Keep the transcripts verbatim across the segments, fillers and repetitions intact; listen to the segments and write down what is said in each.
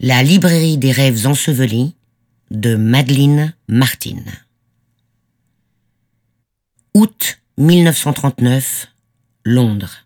La librairie des rêves ensevelis de Madeleine Martin. Août mille neuf cent trente-neuf, Londres.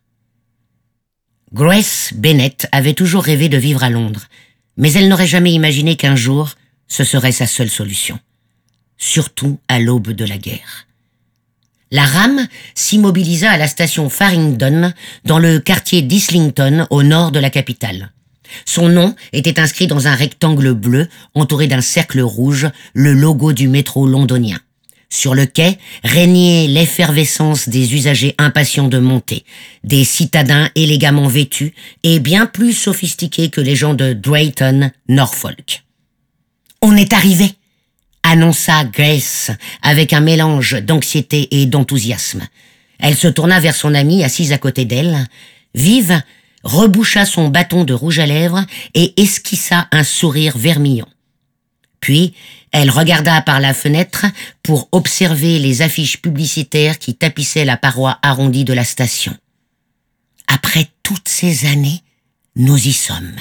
Grace Bennet avait toujours rêvé de vivre à Londres, mais elle n'aurait jamais imaginé qu'un jour, ce serait sa seule solution. Surtout à l'aube de la guerre. La rame s'immobilisa à la station Farringdon, dans le quartier d'Islington, au nord de la capitale. Son nom était inscrit dans un rectangle bleu, entouré d'un cercle rouge, le logo du métro londonien. Sur le quai régnait l'effervescence des usagers impatients de monter, des citadins élégamment vêtus et bien plus sophistiqués que les gens de Drayton, Norfolk. « On est arrivé !» annonça Grace avec un mélange d'anxiété et d'enthousiasme. Elle se tourna vers son amie assise à côté d'elle. Vive reboucha son bâton de rouge à lèvres et esquissa un sourire vermillon. Puis, elle regarda par la fenêtre pour observer les affiches publicitaires qui tapissaient la paroi arrondie de la station. Après toutes ces années, nous y sommes.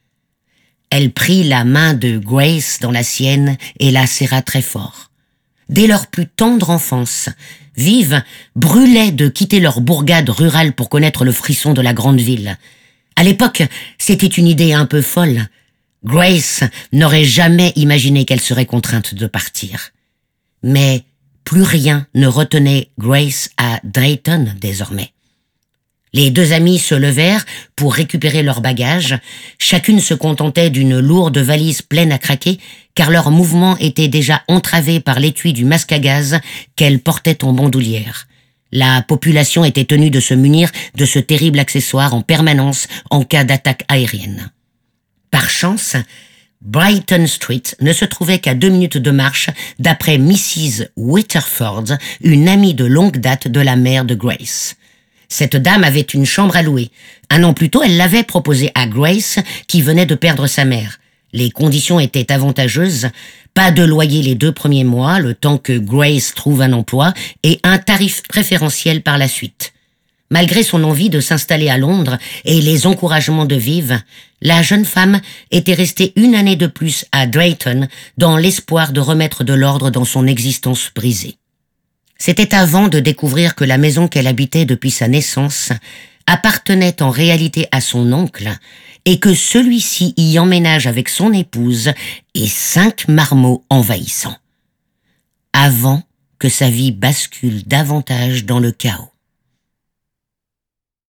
Elle prit la main de Grace dans la sienne et la serra très fort. Dès leur plus tendre enfance, Vive brûlait de quitter leur bourgade rurale pour connaître le frisson de la grande ville. À l'époque, c'était une idée un peu folle. Grace n'aurait jamais imaginé qu'elle serait contrainte de partir. Mais plus rien ne retenait Grace à Drayton désormais. Les deux amies se levèrent pour récupérer leurs bagages. Chacune se contentait d'une lourde valise pleine à craquer, car leur mouvement était déjà entravé par l'étui du masque à gaz qu'elles portaient en bandoulière. La population était tenue de se munir de ce terrible accessoire en permanence en cas d'attaque aérienne. Par chance, Brighton Street ne se trouvait qu'à deux minutes de marche d'après Missus Witterford, une amie de longue date de la mère de Grace. Cette dame avait une chambre à louer. Un an plus tôt, elle l'avait proposée à Grace, qui venait de perdre sa mère. Les conditions étaient avantageuses. Pas de loyer les deux premiers mois, le temps que Grace trouve un emploi, et un tarif préférentiel par la suite. Malgré son envie de s'installer à Londres et les encouragements de Vive, la jeune femme était restée une année de plus à Drayton dans l'espoir de remettre de l'ordre dans son existence brisée. C'était avant de découvrir que la maison qu'elle habitait depuis sa naissance appartenait en réalité à son oncle et que celui-ci y emménage avec son épouse et cinq marmots envahissants. Avant que sa vie bascule davantage dans le chaos.